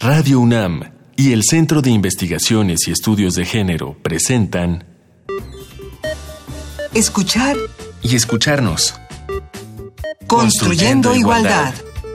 Radio UNAM y el Centro de Investigaciones y Estudios de Género presentan Escuchar y escucharnos. Construyendo igualdad.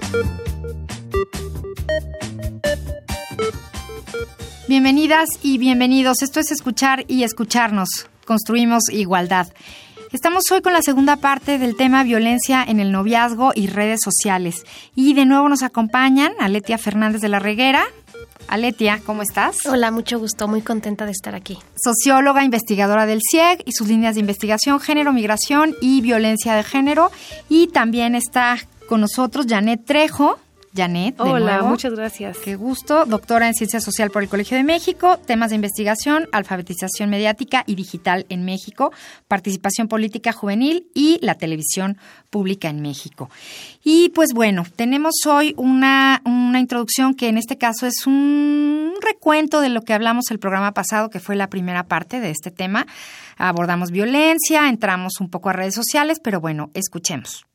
Bienvenidas y bienvenidos. Esto es Escuchar y escucharnos. Construimos igualdad. Estamos hoy con la segunda parte del tema violencia en el noviazgo y redes sociales. Y de nuevo nos acompañan Aletia Fernández de la Reguera. Aletia, ¿cómo estás? Hola, mucho gusto, muy contenta de estar aquí. Socióloga, investigadora del CIEG y sus líneas de investigación, género, migración y violencia de género. Y también está con nosotros Janet Trejo. Janet, de Hola, nuevo. muchas gracias. Qué gusto. Doctora en Ciencia Social por el Colegio de México, temas de investigación, alfabetización mediática y digital en México, participación política juvenil y la televisión pública en México. Y pues bueno, tenemos hoy una introducción que en este caso es un recuento de lo que hablamos el programa pasado, que fue la primera parte de este tema. Abordamos violencia, entramos un poco a redes sociales, pero bueno, escuchemos.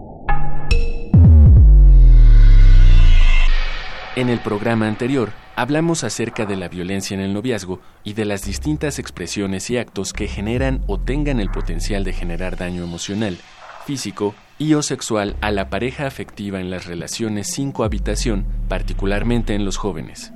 En el programa anterior, hablamos acerca de la violencia en el noviazgo y de las distintas expresiones y actos que generan o tengan el potencial de generar daño emocional, físico y o sexual a la pareja afectiva en las relaciones sin cohabitación, particularmente en los jóvenes.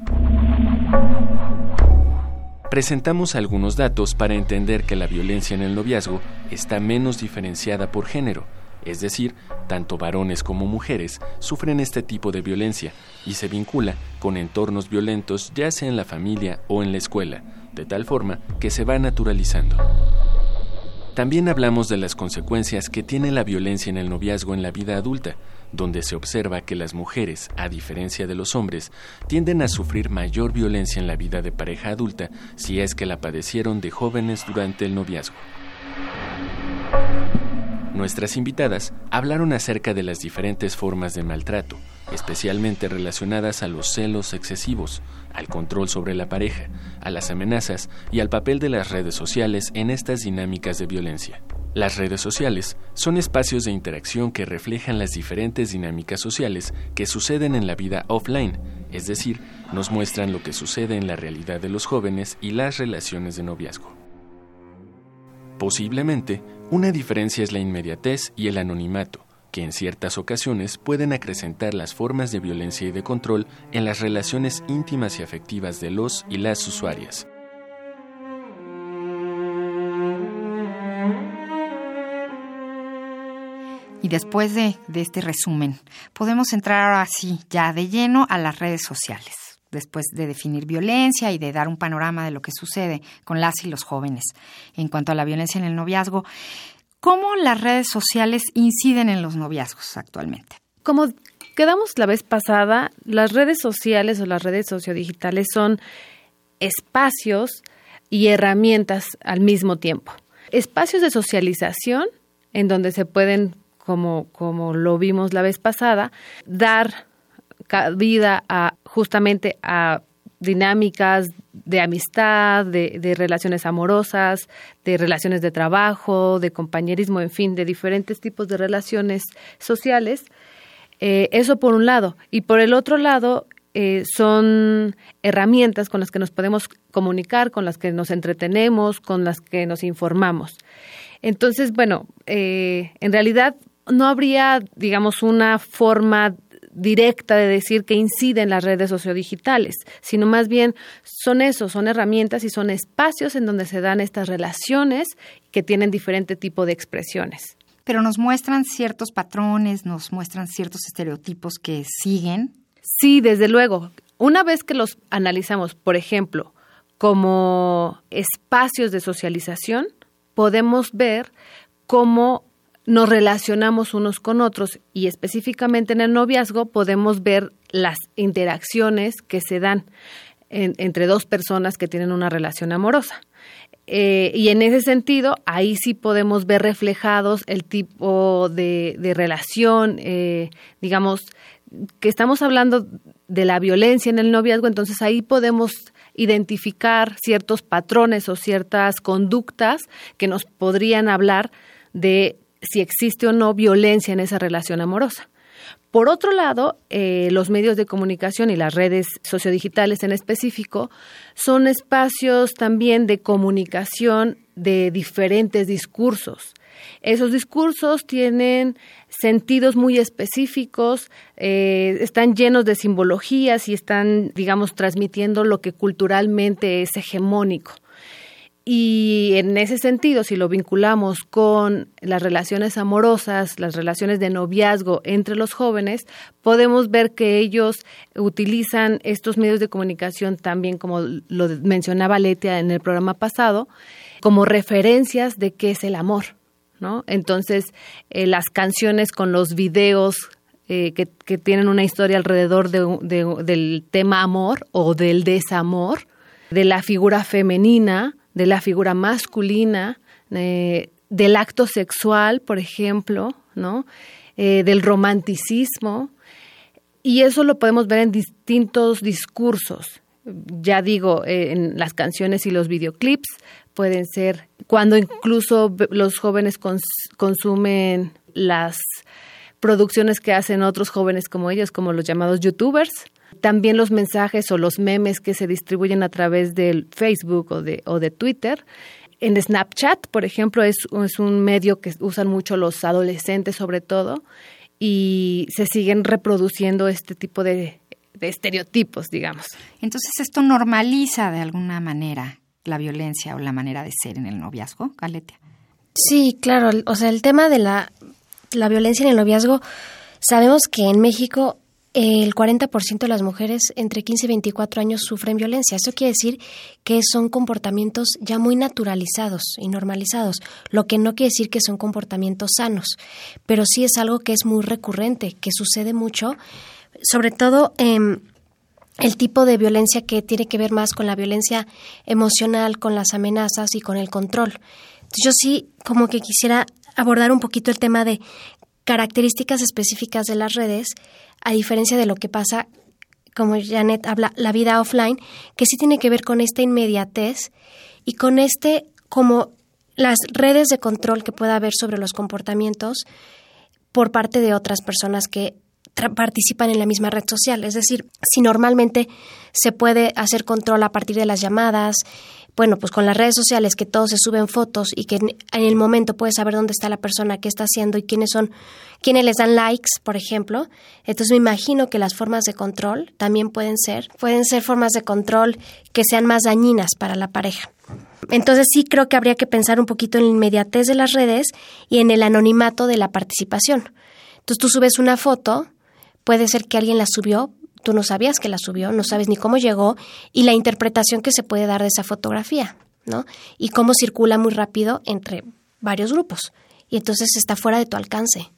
Presentamos algunos datos para entender que la violencia en el noviazgo está menos diferenciada por género. Es decir, tanto varones como mujeres sufren este tipo de violencia y se vincula con entornos violentos ya sea en la familia o en la escuela, de tal forma que se va naturalizando. También hablamos de las consecuencias que tiene la violencia en el noviazgo en la vida adulta, donde se observa que las mujeres, a diferencia de los hombres, tienden a sufrir mayor violencia en la vida de pareja adulta si es que la padecieron de jóvenes durante el noviazgo. Nuestras invitadas hablaron acerca de las diferentes formas de maltrato, especialmente relacionadas a los celos excesivos, al control sobre la pareja, a las amenazas y al papel de las redes sociales en estas dinámicas de violencia. Las redes sociales son espacios de interacción que reflejan las diferentes dinámicas sociales que suceden en la vida offline, es decir, nos muestran lo que sucede en la realidad de los jóvenes y las relaciones de noviazgo. Posiblemente, una diferencia es la inmediatez y el anonimato, que en ciertas ocasiones pueden acrecentar las formas de violencia y de control en las relaciones íntimas y afectivas de los y las usuarias. Y después de este resumen, podemos entrar ahora sí, ya de lleno a las redes sociales. Después de definir violencia y de dar un panorama de lo que sucede con las y los jóvenes en cuanto a la violencia en el noviazgo, ¿cómo las redes sociales inciden en los noviazgos actualmente? Como quedamos la vez pasada, las redes sociales o las redes sociodigitales son espacios y herramientas al mismo tiempo. Espacios de socialización en donde se pueden, como lo vimos la vez pasada, dar cabida justamente a dinámicas de amistad, de relaciones amorosas, de relaciones de trabajo, de compañerismo, en fin, de diferentes tipos de relaciones sociales. Eso por un lado. Y por el otro lado, son herramientas con las que nos podemos comunicar, con las que nos entretenemos, con las que nos informamos. Entonces, bueno, en realidad no habría, digamos, una forma directa de decir que inciden las redes sociodigitales, sino más bien son herramientas y son espacios en donde se dan estas relaciones que tienen diferente tipo de expresiones. Pero nos muestran ciertos patrones, nos muestran ciertos estereotipos que siguen. Sí, desde luego. Una vez que los analizamos, por ejemplo, como espacios de socialización, podemos ver cómo nos relacionamos unos con otros y específicamente en el noviazgo podemos ver las interacciones que se dan entre dos personas que tienen una relación amorosa. Y en ese sentido, ahí sí podemos ver reflejados el tipo de relación, digamos, que estamos hablando de la violencia en el noviazgo, entonces ahí podemos identificar ciertos patrones o ciertas conductas que nos podrían hablar de si existe o no violencia en esa relación amorosa. Por otro lado, los medios de comunicación y las redes sociodigitales en específico son espacios también de comunicación de diferentes discursos. Esos discursos tienen sentidos muy específicos, están llenos de simbologías y están, digamos, transmitiendo lo que culturalmente es hegemónico. Y en ese sentido, si lo vinculamos con las relaciones amorosas, las relaciones de noviazgo entre los jóvenes, podemos ver que ellos utilizan estos medios de comunicación también, como lo mencionaba Letia en el programa pasado, como referencias de qué es el amor, ¿no? Entonces, las canciones con los videos que tienen una historia alrededor del tema amor o del desamor, de la figura femenina, de la figura masculina, del acto sexual, por ejemplo, ¿no? Del romanticismo, y eso lo podemos ver en distintos discursos. Ya digo, en las canciones y los videoclips pueden ser cuando incluso los jóvenes consumen las producciones que hacen otros jóvenes como ellos, como los llamados youtubers. También los mensajes o los memes que se distribuyen a través del Facebook o de Twitter. En Snapchat, por ejemplo, es un medio que usan mucho los adolescentes sobre todo, y se siguen reproduciendo este tipo de estereotipos, digamos. Entonces, ¿esto normaliza de alguna manera la violencia o la manera de ser en el noviazgo, Galetia? Sí, claro. O sea, el tema de la violencia en el noviazgo, sabemos que en México el 40% de las mujeres entre 15 y 24 años sufren violencia. Eso quiere decir que son comportamientos ya muy naturalizados y normalizados, lo que no quiere decir que son comportamientos sanos, pero sí es algo que es muy recurrente, que sucede mucho, sobre todo el tipo de violencia que tiene que ver más con la violencia emocional, con las amenazas y con el control. Entonces, yo sí como que quisiera abordar un poquito el tema de características específicas de las redes, a diferencia de lo que pasa, como Janet habla, la vida offline, que sí tiene que ver con esta inmediatez y con como las redes de control que pueda haber sobre los comportamientos por parte de otras personas que participan en la misma red social. Es decir, si normalmente se puede hacer control a partir de las llamadas, bueno, pues con las redes sociales que todos se suben fotos y que en el momento puedes saber dónde está la persona, qué está haciendo y quiénes les dan likes, por ejemplo. Entonces me imagino que las formas de control también pueden ser formas de control que sean más dañinas para la pareja. Entonces sí creo que habría que pensar un poquito en la inmediatez de las redes y en el anonimato de la participación. Entonces tú subes una foto, puede ser que alguien la subió, tú no sabías que la subió, no sabes ni cómo llegó, y la interpretación que se puede dar de esa fotografía, ¿no? Y cómo circula muy rápido entre varios grupos. Y entonces está fuera de tu alcance.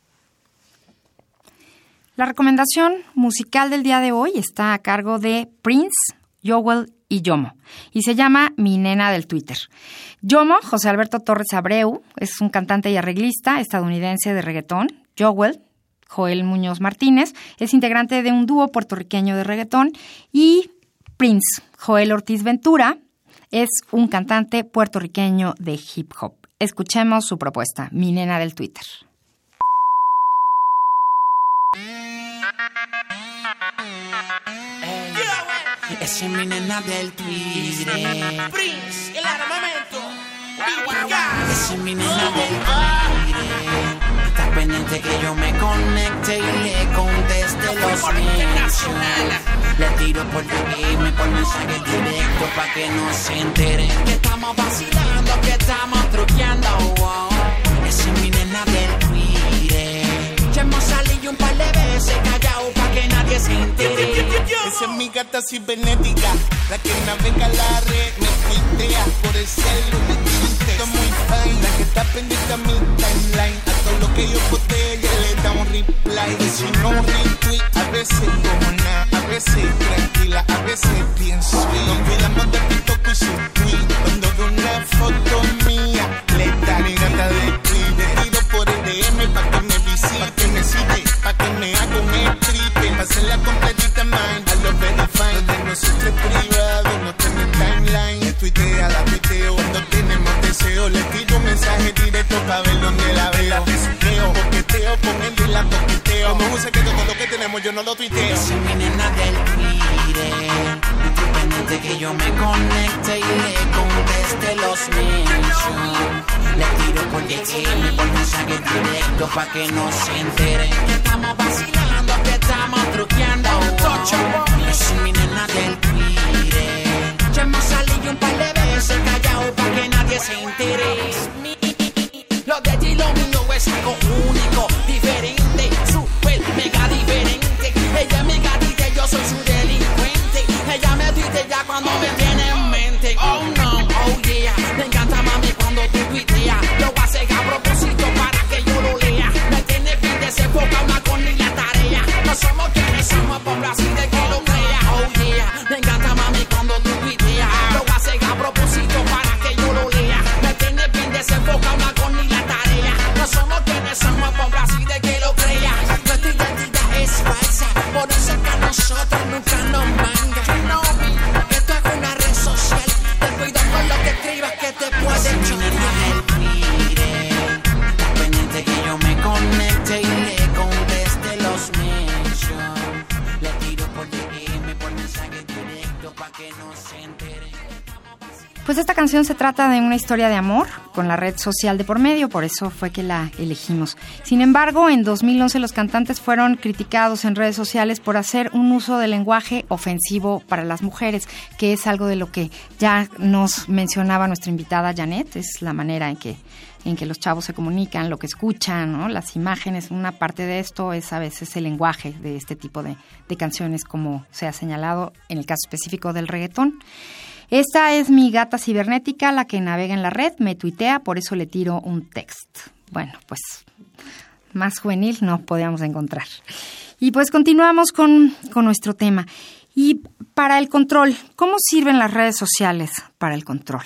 La recomendación musical del día de hoy está a cargo de Prince, Jowell y Yomo, y se llama Mi Nena del Twitter. Yomo, José Alberto Torres Abreu, es un cantante y arreglista estadounidense de reggaetón. Jowell, Joel Muñoz Martínez, es integrante de un dúo puertorriqueño de reggaetón, y Prince, Joel Ortiz Ventura, es un cantante puertorriqueño de hip hop. Escuchemos su propuesta, Mi Nena del Twitter. Esa es mi nena del Twitter. Prince, el armamento. Esa es mi nena del Twitter. Está pendiente que yo me conecte y le conteste los mensajes. Le tiro por DM, por mensaje directo pa' que no se entere que estamos vacilando, que estamos truqueando. Wow. Esa es mi nena del Twitter. Ya hemos salido un par de veces callado pa' que nadie se entere. Esa es mi gata cibernética, la que navega la red, me tuitea por el celu, me tuitea muy fine, la que está pendiente a mi timeline, a todo lo que yo posteo ella le da un reply, y si no un retweet, a veces como nada, a veces tranquila, a veces pienso, nos olvidamos de TikTok y su tweet, cuando veo una foto mía, le da mi gata de tweet, le tiro por el DM pa' que me visite, pa' que me cite, pa' que me haga un strip, pa' hacerla completita mind, a lo verify, lo de nosotros es privado, no tienen timeline, el tuitea, la tuiteo, cuando tenemos deseo, le tiro un mensaje directo pa' ver dónde la veo, la besuqueo, coqueteo, con él y la coqueteo, como un secreto con lo que amor, yo no lo tuiteo. Soy mi nena del Twitter. Estoy pendiente que yo me conecte y le conteste los mentions. Le tiro por DM, por mensaje directo pa' que no se enteren que estamos vacilando, que estamos truqueando. Soy mi nena del Twitter. Ya hemos salido un par de veces callado pa' que nadie se entere. Lo de ti, lo mío es algo único, diferente, super mega diferente. Ella es mi gatita y yo soy su delincuente. Ella me tuitea cuando me tiene en mente. Oh no, oh yeah, me encanta mami cuando tú tuiteas. Lo haces a propósito para que yo lo lea. Me tiene bien desenfocado, una con ni la tarea. No somos quienes somos, por así de que lo crea. Oh yeah, me encanta mami cuando tú tuiteas. Lo haces a propósito para que yo lo lea. Me tiene bien desenfocado, una con ni la tarea. No somos quienes somos, por así de que lo crea. Nuestra identidad es falsa, por eso es que a nosotros nunca nos manga. No, esto es una red social. Ten cuidado con lo que escribas que te puede chocar. Pendiente que yo me conecte y le conteste los mentions. Le tiro por DM, por mensaje directo pa' que no se entere. Pues esta canción se trata de una historia de amor con la red social de por medio, por eso fue que la elegimos. Sin embargo, en 2011 los cantantes fueron criticados en redes sociales por hacer un uso del lenguaje ofensivo para las mujeres, que es algo de lo que ya nos mencionaba nuestra invitada Janet, es la manera en que los chavos se comunican, lo que escuchan, ¿no? Las imágenes. Una parte de esto es a veces el lenguaje de este tipo de canciones, como se ha señalado en el caso específico del reggaetón. Esta es mi gata cibernética, la que navega en la red, me tuitea, por eso le tiro un text. Bueno, pues más juvenil no podíamos encontrar. Y pues continuamos con nuestro tema. Y para el control, ¿cómo sirven las redes sociales para el control?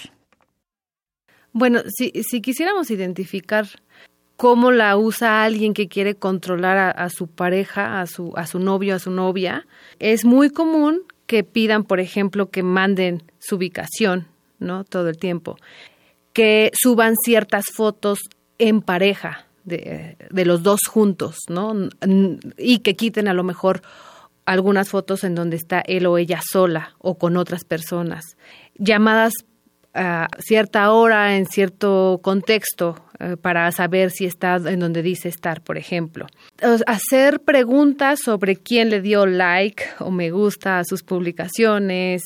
Bueno, si quisiéramos identificar cómo la usa alguien que quiere controlar a su pareja, a su novio, a su novia, es muy común que pidan, por ejemplo, que manden su ubicación, ¿no? Todo el tiempo. Que suban ciertas fotos en pareja, de los dos juntos, ¿no? Y que quiten a lo mejor algunas fotos en donde está él o ella sola o con otras personas. Llamadas a cierta hora, en cierto contexto, para saber si está en donde dice estar, por ejemplo. Hacer preguntas sobre quién le dio like o me gusta a sus publicaciones,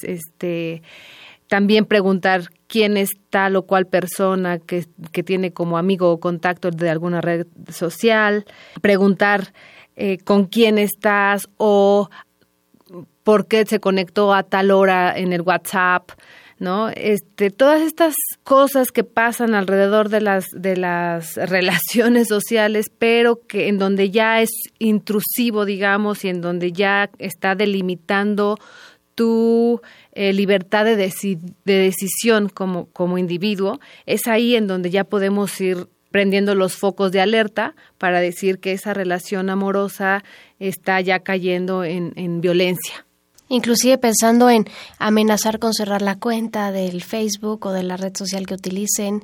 también preguntar quién es tal o cual persona que tiene como amigo o contacto de alguna red social, preguntar con quién estás o por qué se conectó a tal hora en el WhatsApp, ¿no? Todas estas cosas que pasan alrededor de las relaciones sociales, pero que en donde ya es intrusivo, digamos, y en donde ya está delimitando tu libertad de decisión como individuo, es ahí en donde ya podemos ir prendiendo los focos de alerta para decir que esa relación amorosa está ya cayendo en violencia. Inclusive pensando en amenazar con cerrar la cuenta del Facebook o de la red social que utilicen.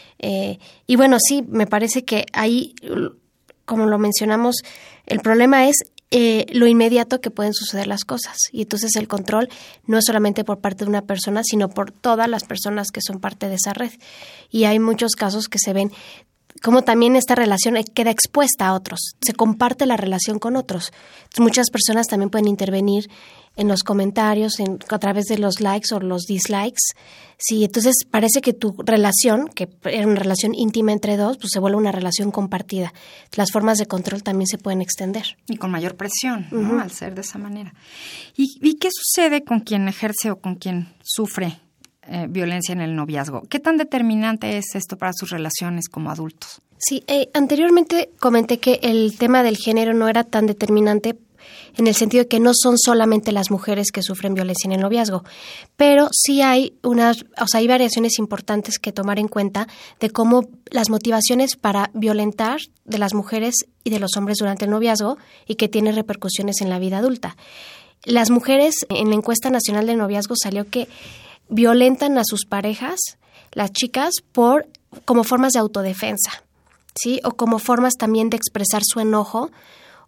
Y bueno, sí, me parece que ahí, como lo mencionamos, el problema es lo inmediato que pueden suceder las cosas. Y entonces el control no es solamente por parte de una persona, sino por todas las personas que son parte de esa red. Y hay muchos casos que se ven como también esta relación queda expuesta a otros, se comparte la relación con otros. Entonces, muchas personas también pueden intervenir en los comentarios, a través de los likes o los dislikes. Sí, entonces parece que tu relación, que era una relación íntima entre dos, pues se vuelve una relación compartida. Las formas de control también se pueden extender. Y con mayor presión, ¿no? Al ser de esa manera. ¿Y qué sucede con quien ejerce o con quien sufre violencia en el noviazgo? ¿Qué tan determinante es esto para sus relaciones como adultos? Sí, anteriormente comenté que el tema del género no era tan determinante en el sentido de que no son solamente las mujeres que sufren violencia en el noviazgo, pero sí hay hay variaciones importantes que tomar en cuenta de cómo las motivaciones para violentar de las mujeres y de los hombres durante el noviazgo y que tiene repercusiones en la vida adulta. Las mujeres, en la encuesta nacional de noviazgo salió que violentan a sus parejas, las chicas, como formas de autodefensa, ¿sí? O como formas también de expresar su enojo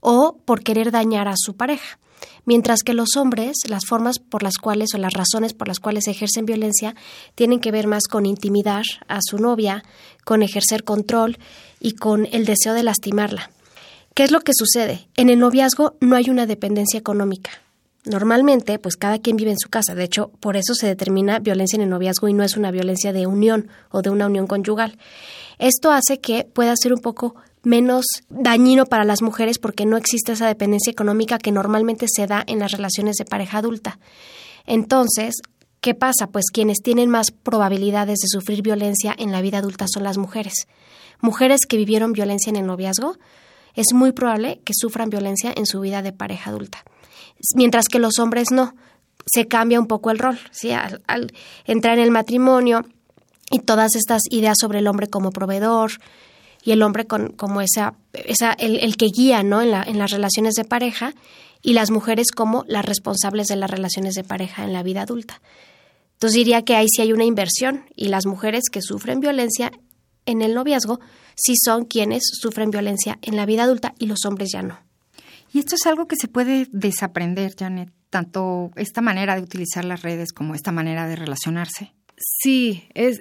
o por querer dañar a su pareja. Mientras que los hombres, las formas por las cuales o las razones por las cuales ejercen violencia tienen que ver más con intimidar a su novia, con ejercer control y con el deseo de lastimarla. ¿Qué es lo que sucede? En el noviazgo no hay una dependencia económica. Normalmente, pues cada quien vive en su casa. De hecho, por eso se determina violencia en el noviazgo y no es una violencia de unión o de una unión conyugal. Esto hace que pueda ser un poco menos dañino para las mujeres porque no existe esa dependencia económica que normalmente se da en las relaciones de pareja adulta. Entonces, ¿qué pasa? Pues quienes tienen más probabilidades de sufrir violencia en la vida adulta son las mujeres. Mujeres que vivieron violencia en el noviazgo, es muy probable que sufran violencia en su vida de pareja adulta. Mientras que los hombres no, se cambia un poco el rol, ¿sí? Al entrar en el matrimonio y todas estas ideas sobre el hombre como proveedor y el hombre como el que guía, ¿no? en las relaciones de pareja, y las mujeres como las responsables de las relaciones de pareja en la vida adulta. Entonces diría que ahí sí hay una inversión, y las mujeres que sufren violencia en el noviazgo sí son quienes sufren violencia en la vida adulta y los hombres ya no. Y esto es algo que se puede desaprender, Janet, tanto esta manera de utilizar las redes como esta manera de relacionarse. Sí,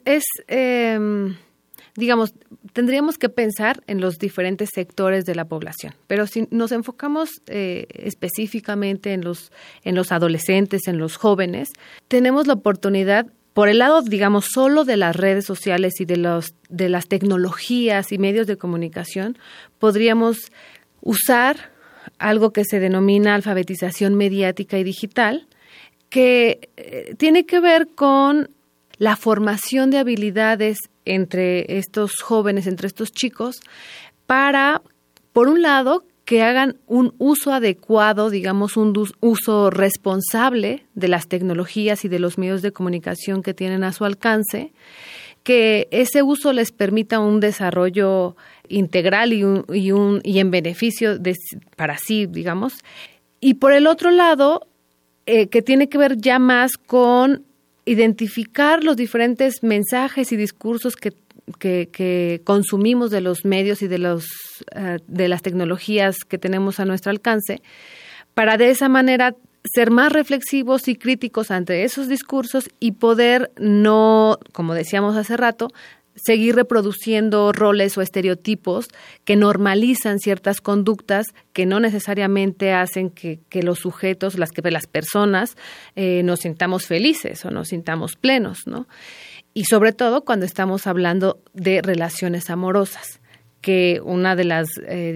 digamos, tendríamos que pensar en los diferentes sectores de la población, pero si nos enfocamos específicamente en los adolescentes, en los jóvenes, tenemos la oportunidad, por el lado, digamos, solo de las redes sociales y de las tecnologías y medios de comunicación, podríamos usar algo que se denomina alfabetización mediática y digital, que tiene que ver con la formación de habilidades entre estos jóvenes, entre estos chicos, para, por un lado, que hagan un uso adecuado, digamos, un uso responsable de las tecnologías y de los medios de comunicación que tienen a su alcance, que ese uso les permita un desarrollo integral y en beneficio para sí, digamos. Y por el otro lado, que tiene que ver ya más con identificar los diferentes mensajes y discursos que consumimos de los medios y de las tecnologías que tenemos a nuestro alcance, para de esa manera ser más reflexivos y críticos ante esos discursos y poder no, como decíamos hace rato, seguir reproduciendo roles o estereotipos que normalizan ciertas conductas que no necesariamente hacen que los sujetos, las personas, nos sintamos felices o nos sintamos plenos, ¿no? Y sobre todo cuando estamos hablando de relaciones amorosas, que una de las,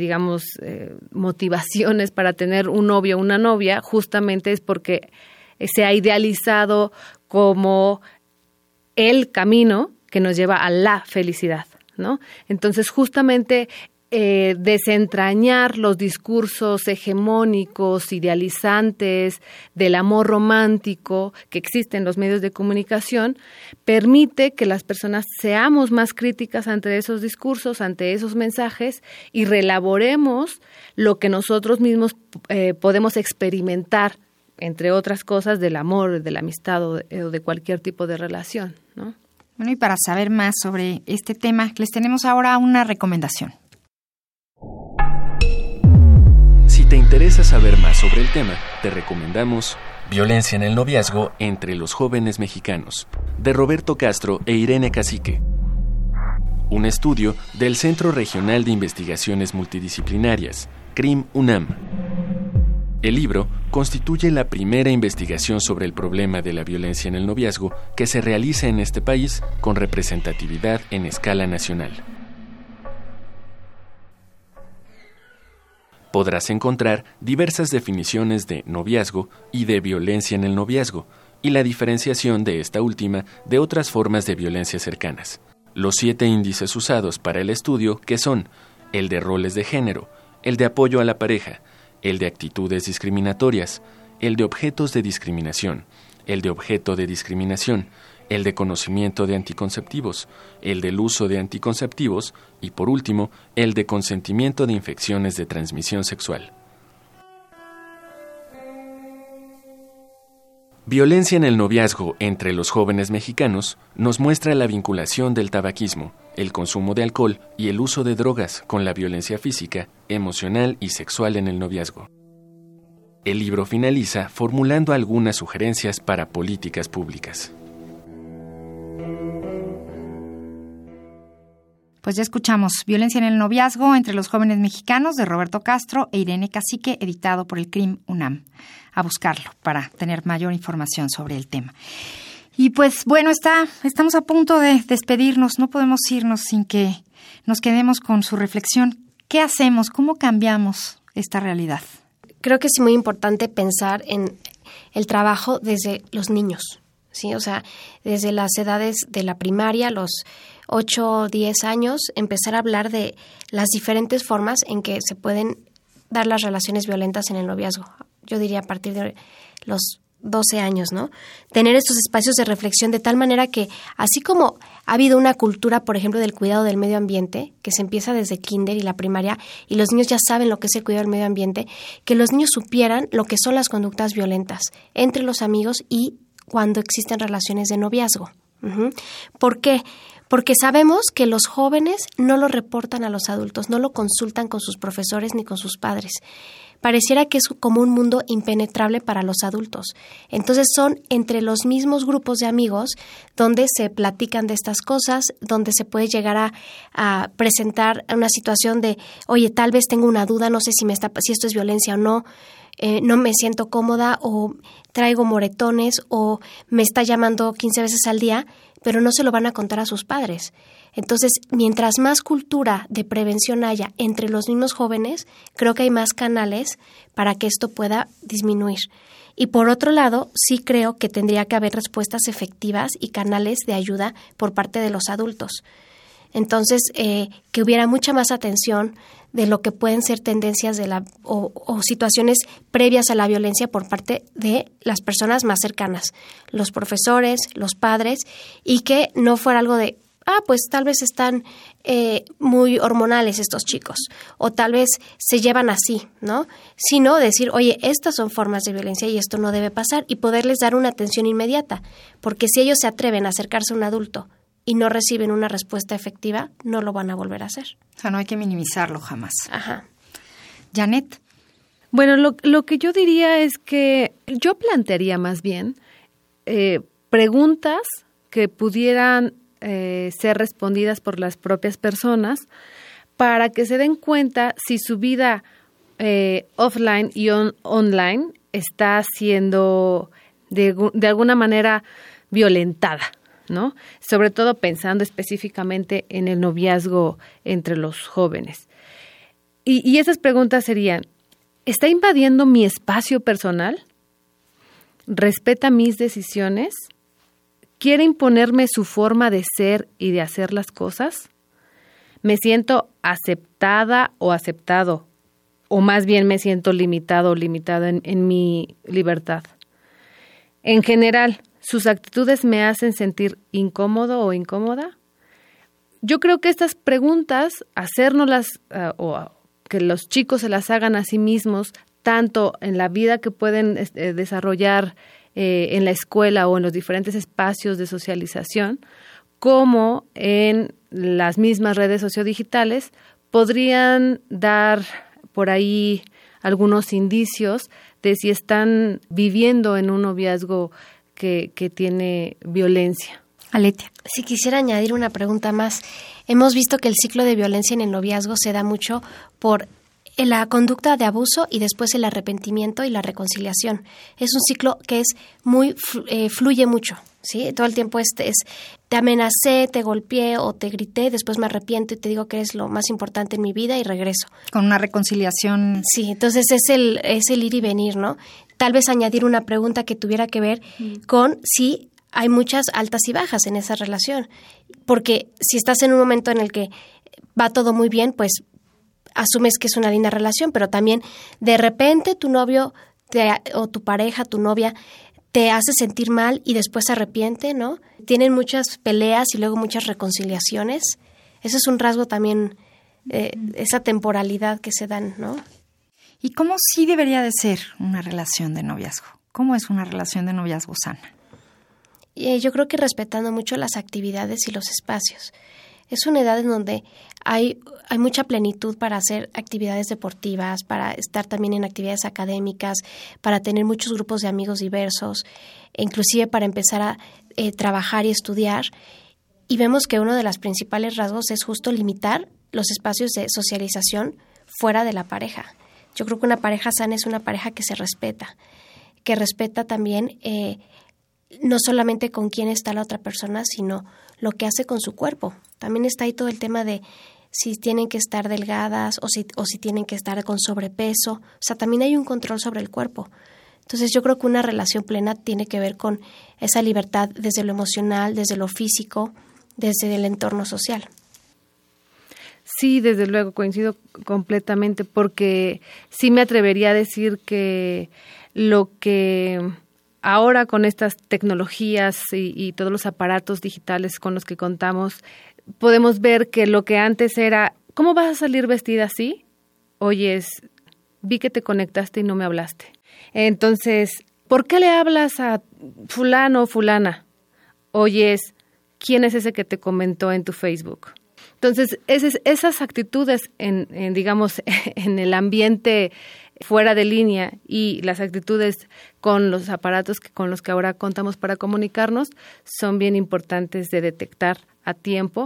motivaciones para tener un novio o una novia justamente es porque se ha idealizado como el camino que nos lleva a la felicidad, ¿no? Entonces, justamente desentrañar los discursos hegemónicos, idealizantes del amor romántico que existen en los medios de comunicación, permite que las personas seamos más críticas ante esos discursos, ante esos mensajes, y reelaboremos lo que nosotros mismos podemos experimentar, entre otras cosas, del amor, de la amistad o de cualquier tipo de relación, ¿no? Bueno, y para saber más sobre este tema, les tenemos ahora una recomendación. Si te interesa saber más sobre el tema, te recomendamos Violencia en el noviazgo entre los jóvenes mexicanos, de Roberto Castro e Irene Cacique. Un estudio del Centro Regional de Investigaciones Multidisciplinarias, CRIM UNAM. El libro constituye la primera investigación sobre el problema de la violencia en el noviazgo que se realiza en este país con representatividad en escala nacional. Podrás encontrar diversas definiciones de noviazgo y de violencia en el noviazgo, y la diferenciación de esta última de otras formas de violencia cercanas. Los 7 índices usados para el estudio, que son el de roles de género, el de apoyo a la pareja, el de actitudes discriminatorias, el de objetos de discriminación, el de objeto de discriminación, el de conocimiento de anticonceptivos, el del uso de anticonceptivos y, por último, el de consentimiento de infecciones de transmisión sexual. Violencia en el noviazgo entre los jóvenes mexicanos nos muestra la vinculación del tabaquismo, el consumo de alcohol y el uso de drogas con la violencia física, emocional y sexual en el noviazgo. El libro finaliza formulando algunas sugerencias para políticas públicas. Pues ya escuchamos Violencia en el noviazgo entre los jóvenes mexicanos de Roberto Castro e Irene Cacique, editado por el CRIM UNAM. A buscarlo para tener mayor información sobre el tema. Y pues bueno, estamos a punto de despedirnos. No podemos irnos sin que nos quedemos con su reflexión. ¿Qué hacemos? ¿Cómo cambiamos esta realidad? Creo que es muy importante pensar en el trabajo desde los niños, ¿sí? O sea, desde las edades de la primaria, los 8 o 10 años, empezar a hablar de las diferentes formas en que se pueden dar las relaciones violentas en el noviazgo. Yo diría a partir de los 12 años, ¿no? Tener estos espacios de reflexión de tal manera que, así como ha habido una cultura, por ejemplo, del cuidado del medio ambiente, que se empieza desde kinder y la primaria, y los niños ya saben lo que es el cuidado del medio ambiente, que los niños supieran lo que son las conductas violentas entre los amigos y cuando existen relaciones de noviazgo. ¿Por qué? Porque sabemos que los jóvenes no lo reportan a los adultos, no lo consultan con sus profesores ni con sus padres. Pareciera que es como un mundo impenetrable para los adultos. Entonces son entre los mismos grupos de amigos donde se platican de estas cosas, donde se puede llegar a presentar una situación de, oye, tal vez tengo una duda, no sé si esto es violencia o no, no me siento cómoda o traigo moretones o me está llamando 15 veces al día, pero no se lo van a contar a sus padres. Entonces, mientras más cultura de prevención haya entre los mismos jóvenes, creo que hay más canales para que esto pueda disminuir. Y por otro lado, sí creo que tendría que haber respuestas efectivas y canales de ayuda por parte de los adultos. Entonces, que hubiera mucha más atención de lo que pueden ser tendencias o situaciones previas a la violencia por parte de las personas más cercanas, los profesores, los padres, y que no fuera algo de, pues tal vez están muy hormonales estos chicos, o tal vez se llevan así, ¿no? Sino decir, oye, estas son formas de violencia y esto no debe pasar, y poderles dar una atención inmediata, porque si ellos se atreven a acercarse a un adulto y no reciben una respuesta efectiva, no lo van a volver a hacer. O sea, no hay que minimizarlo jamás. Ajá. Janet. Bueno, lo que yo diría es que yo plantearía más bien preguntas que pudieran ser respondidas por las propias personas para que se den cuenta si su vida offline y online está siendo de alguna manera violentada, ¿no? Sobre todo pensando específicamente en el noviazgo entre los jóvenes. Y esas preguntas serían, ¿está invadiendo mi espacio personal? ¿Respeta mis decisiones? ¿Quiere imponerme su forma de ser y de hacer las cosas? ¿Me siento aceptada o aceptado? O más bien me siento limitado o limitada en mi libertad. En general, ¿sus actitudes me hacen sentir incómodo o incómoda? Yo creo que estas preguntas, hacérnoslas o que los chicos se las hagan a sí mismos, tanto en la vida que pueden desarrollar en la escuela o en los diferentes espacios de socialización, como en las mismas redes sociodigitales, podrían dar por ahí algunos indicios de si están viviendo en un noviazgo que tiene violencia. Aletia. Si quisiera añadir una pregunta más. Hemos visto que el ciclo de violencia en el noviazgo se da mucho por la conducta de abuso y después el arrepentimiento y la reconciliación. Es un ciclo que es muy fluye mucho, ¿sí? Todo el tiempo te amenacé, te golpeé o te grité, después me arrepiento y te digo que eres lo más importante en mi vida y regreso. Con una reconciliación. Sí, entonces es el ir y venir, ¿no? Tal vez añadir una pregunta que tuviera que ver con si hay muchas altas y bajas en esa relación. Porque si estás en un momento en el que va todo muy bien, pues asumes que es una linda relación, pero también de repente tu novio o tu pareja, tu novia, te hace sentir mal y después se arrepiente, ¿no? Tienen muchas peleas y luego muchas reconciliaciones. Eso es un rasgo también, esa temporalidad que se dan, ¿no? ¿Y cómo sí debería de ser una relación de noviazgo? ¿Cómo es una relación de noviazgo sana? Yo creo que respetando mucho las actividades y los espacios. Es una edad en donde hay mucha plenitud para hacer actividades deportivas, para estar también en actividades académicas, para tener muchos grupos de amigos diversos, inclusive para empezar a trabajar y estudiar. Y vemos que uno de los principales rasgos es justo limitar los espacios de socialización fuera de la pareja. Yo creo que una pareja sana es una pareja que se respeta, que respeta también no solamente con quién está la otra persona, sino lo que hace con su cuerpo. También está ahí todo el tema de si tienen que estar delgadas o si tienen que estar con sobrepeso. O sea, también hay un control sobre el cuerpo. Entonces yo creo que una relación plena tiene que ver con esa libertad desde lo emocional, desde lo físico, desde el entorno social. Sí, desde luego, coincido completamente, porque sí me atrevería a decir que lo que ahora con estas tecnologías y todos los aparatos digitales con los que contamos, podemos ver que lo que antes era, ¿cómo vas a salir vestida así? Oyes, vi que te conectaste y no me hablaste. Entonces, ¿por qué le hablas a fulano o fulana? Oyes, ¿quién es ese que te comentó en tu Facebook? Entonces, esas actitudes digamos, en el ambiente fuera de línea y las actitudes con los aparatos con los que ahora contamos para comunicarnos son bien importantes de detectar a tiempo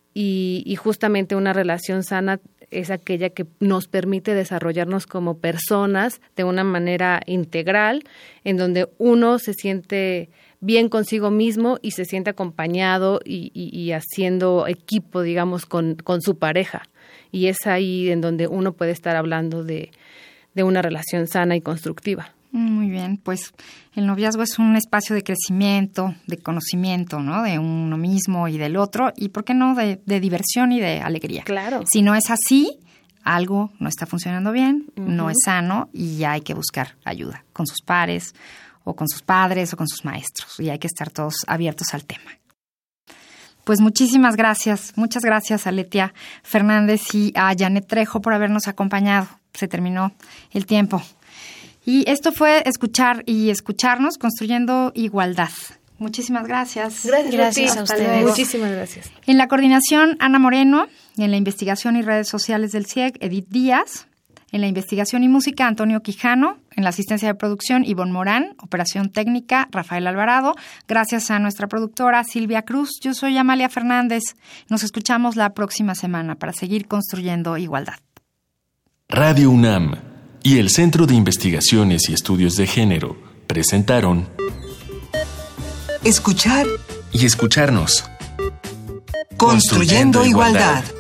y justamente una relación sana es aquella que nos permite desarrollarnos como personas de una manera integral, en donde uno se siente bien consigo mismo y se siente acompañado y haciendo equipo, digamos, con su pareja. Y es ahí en donde uno puede estar hablando de una relación sana y constructiva. Muy bien, pues el noviazgo es un espacio de crecimiento, de conocimiento, ¿no? De uno mismo y del otro, y ¿por qué no? De diversión y de alegría. Claro. Si no es así, algo no está funcionando bien, no es sano y ya hay que buscar ayuda con sus pares o con sus padres o con sus maestros, y hay que estar todos abiertos al tema. Pues muchísimas gracias, muchas gracias a Letia Fernández y a Janet Trejo por habernos acompañado. Se terminó el tiempo. Y esto fue Escuchar y Escucharnos, construyendo igualdad. Muchísimas gracias. Gracias a ustedes. Muchísimas gracias. En la coordinación, Ana Moreno. Y en la investigación y redes sociales del CIEG, Edith Díaz. En la investigación y música, Antonio Quijano. En la asistencia de producción, Ivonne Morán. Operación técnica, Rafael Alvarado. Gracias a nuestra productora, Silvia Cruz. Yo soy Amalia Fernández. Nos escuchamos la próxima semana para seguir construyendo igualdad. Radio UNAM y el Centro de Investigaciones y Estudios de Género presentaron Escuchar y escucharnos. Construyendo igualdad.